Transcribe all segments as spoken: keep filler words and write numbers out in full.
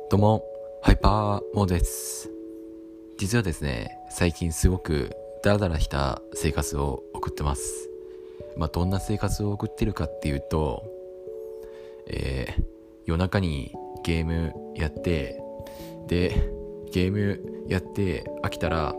どうも、ハイパーモーです。実はですね、最近すごくダラダラした生活を送ってます。まあ、どんな生活を送ってるかっていうと、えー、夜中にゲームやって、で、ゲームやって飽きたら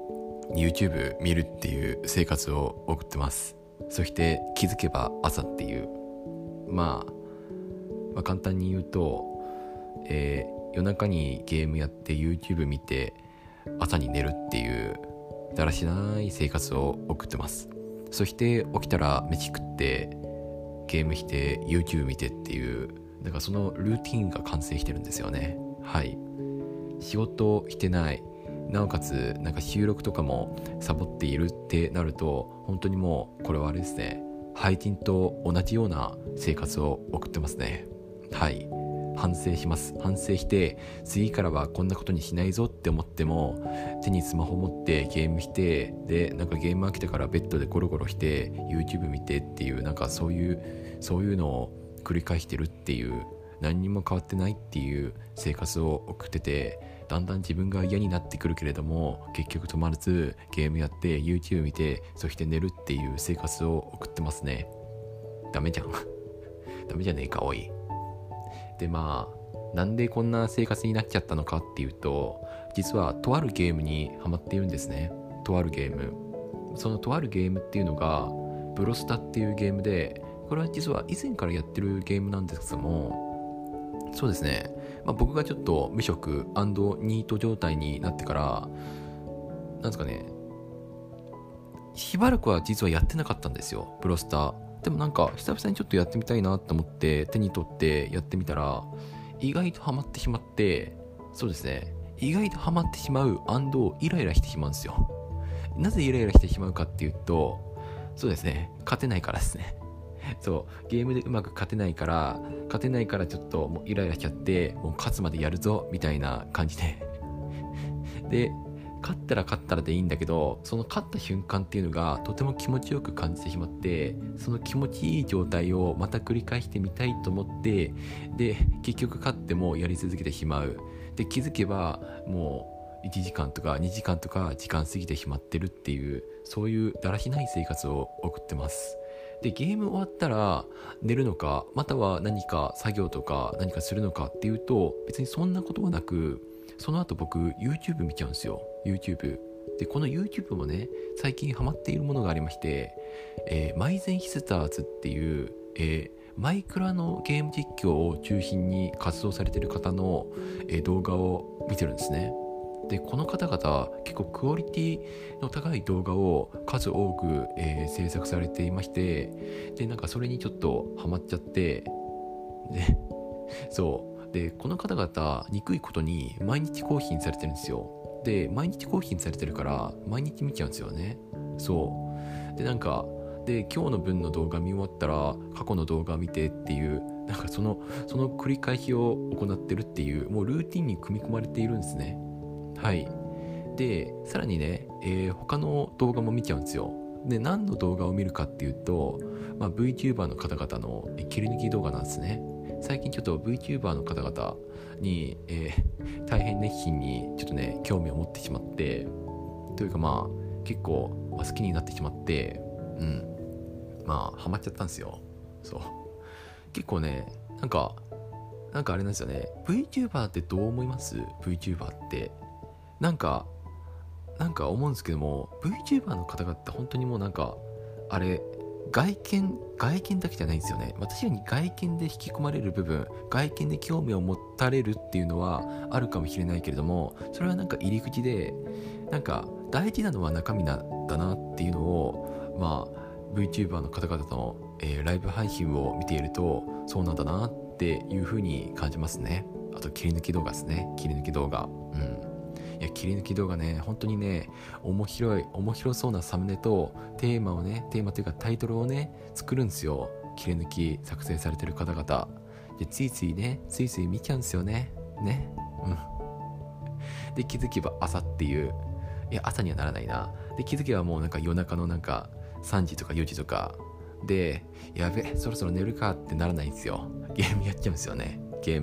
YouTube 見るっていう生活を送ってます。そして気づけば朝っていう、まあ、まあ簡単に言うと、えー夜中にゲームやって YouTube 見て朝に寝るっていうだらしない生活を送ってます。そして起きたら飯食ってゲームして YouTube 見てっていうなんかそのルーティンが完成してるんですよね。はい。仕事してない、なおかつなんか収録とかもサボっているってなると本当にもうこれはあれですね、廃人と同じような生活を送ってますね。はい。反省します反省して次からはこんなことにしないぞって思っても手にスマホ持ってゲームしてでなんかゲーム飽きてからベッドでゴロゴロして YouTube 見てっていうなんかそういうそういうのを繰り返してるっていう何にも変わってないっていう生活を送っててだんだん自分が嫌になってくるけれども結局止まらずゲームやって YouTube 見てそして寝るっていう生活を送ってますね。ダメじゃんダメじゃねえかおい。でまあなんでこんな生活になっちゃったのかっていうと実はとあるゲームにハマっているんですね。とあるゲームそのとあるゲームっていうのがブロスタっていうゲームでこれは実は以前からやってるゲームなんですけどもそうですね、まあ、僕がちょっと無職&ニート状態になってからなんですかねしばらくは実はやってなかったんですよブロスタ。でもなんか久々にちょっとやってみたいなと思って手に取ってやってみたら意外とハマってしまってそうですね意外とハマってしまう&イライラしてしまうんですよ。なぜイライラしてしまうかっていうとそうですね勝てないからですねそうゲームでうまく勝てないから勝てないからちょっともうイライラしちゃってもう勝つまでやるぞみたいな感じでで勝ったら勝ったらでいいんだけどその勝った瞬間っていうのがとても気持ちよく感じてしまってその気持ちいい状態をまた繰り返してみたいと思ってで結局勝ってもやり続けてしまう。で気づけばもういちじかんとかにじかんとか時間過ぎてしまってるっていうそういうだらしない生活を送ってます。でゲーム終わったら寝るのかまたは何か作業とか何かするのかっていうと別にそんなことはなくその後僕 YouTube 見ちゃうんですよ YouTube でこの YouTube もね最近ハマっているものがありまして、えー、マイゼンヒスターズっていう、えー、マイクラのゲーム実況を中心に活動されている方の、えー、動画を見てるんですね。でこの方々結構クオリティの高い動画を数多く、えー、制作されていましてでなんかそれにちょっとハマっちゃってでそうでこの方々憎いことに毎日更新されてるんですよ。で毎日更新されてるから毎日見ちゃうんですよね。そうでなんかで今日の分の動画見終わったら過去の動画見てっていうなんかそのその繰り返しを行ってるっていうもうルーティンに組み込まれているんですね。はいでさらにね、えー、他の動画も見ちゃうんですよ。で何の動画を見るかっていうと、まあ、VTuber の方々の切り抜き動画なんですね。最近ちょっと VTuber の方々に、えー、大変熱心にちょっとね興味を持ってしまってというかまあ結構、まあ、好きになってしまってうんまあハマっちゃったんですよ。そう結構ねなんかなんかあれなんですよね VTuber ってどう思います？ VTuber ってなんかなんか思うんですけども VTuber の方々って本当にもうなんかあれ外見外見だけじゃないんですよね。確かに外見で引き込まれる部分外見で興味を持たれるっていうのはあるかもしれないけれどもそれはなんか入り口でなんか大事なのは中身なんだなっていうのをまあ VTuber の方々の、えー、ライブ配信を見ているとそうなんだなっていう風に感じますね。あと切り抜き動画ですね切り抜き動画うんいや切り抜き動画ね本当にね面白い面白そうなサムネとテーマをねテーマというかタイトルをね作るんですよ。切り抜き作成されてる方々でついついねついつい見ちゃうんですよねねうんで気づけば朝っていういや朝にはならないなで気づけばもうなんか夜中のなんかさんじとかよじとかでやべそろそろ寝るかってならないんですよ。ゲームやっちゃうんですよねゲーム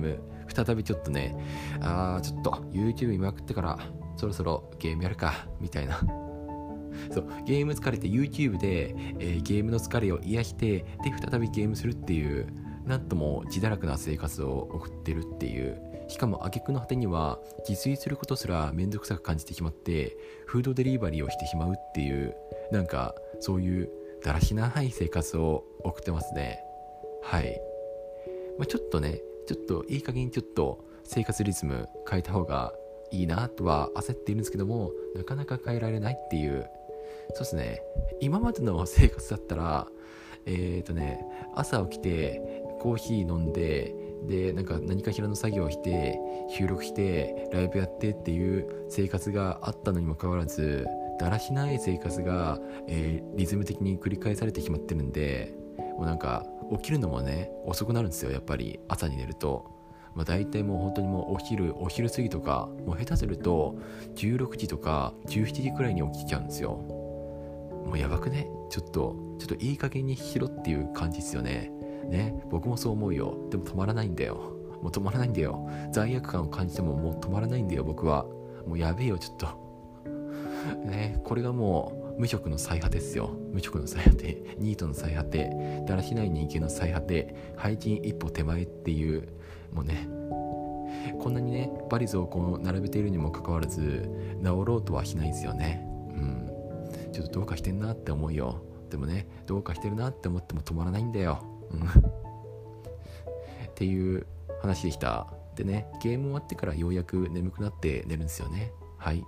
再びちょっとね、あーちょっと YouTube 見まくってからそろそろゲームやるかみたいなそうゲーム疲れて YouTube で、えーゲームの疲れを癒してで再びゲームするっていうなんとも自堕落な生活を送ってるっていう、しかも挙句の果てには自炊することすらめんどくさく感じてしまってフードデリバリーをしてしまうっていう、なんかそういうだらしない生活を送ってますね。はい、まあ、ちょっとねちょっといい加減ちょっと生活リズム変えた方がいいなとは焦っているんですけども、なかなか変えられないっていう。そうですね、今までの生活だったらえーとね朝起きてコーヒー飲んででなんか何かしらの作業をして収録してライブやってっていう生活があったのにもかかわらず、だらしない生活が、えーリズム的に繰り返されてしまってるんで、もうなんか起きるのもね遅くなるんですよ。やっぱり朝に寝ると、まあ、大体もう本当にもうお昼お昼過ぎとか、もう下手するとじゅうろくじとかじゅうしちじくらいに起きちゃうんですよ。もうやばくね、ちょっとちょっといい加減にしろっていう感じですよね。ね、僕もそう思うよ。でも止まらないんだよ。もう止まらないんだよ。罪悪感を感じてももう止まらないんだよ僕は。もうやべえよちょっとね、これがもう無職の最果てですよ。無職の最果て、ニートの最果て、だらしない人間の最果て、廃人一歩手前っていう、もうねこんなにねバリゾをこう並べているにもかかわらず治ろうとはしないんですよね。うん、ちょっとどうかしてんなって思うよ。でもねどうかしてるなって思っても止まらないんだよ、うん、っていう話でした。でねゲーム終わってからようやく眠くなって寝るんですよね。はい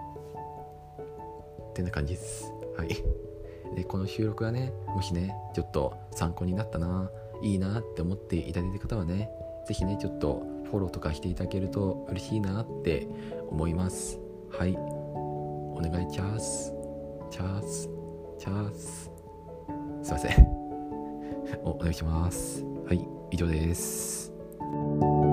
ってな感じです。はい。でこの収録がねもしねちょっと参考になったないいなって思っていただいた方はね、ぜひねちょっとフォローとかしていただけると嬉しいなって思います。はい、お願いチャースチャースチャースすいませんおお願いします。はい、以上です。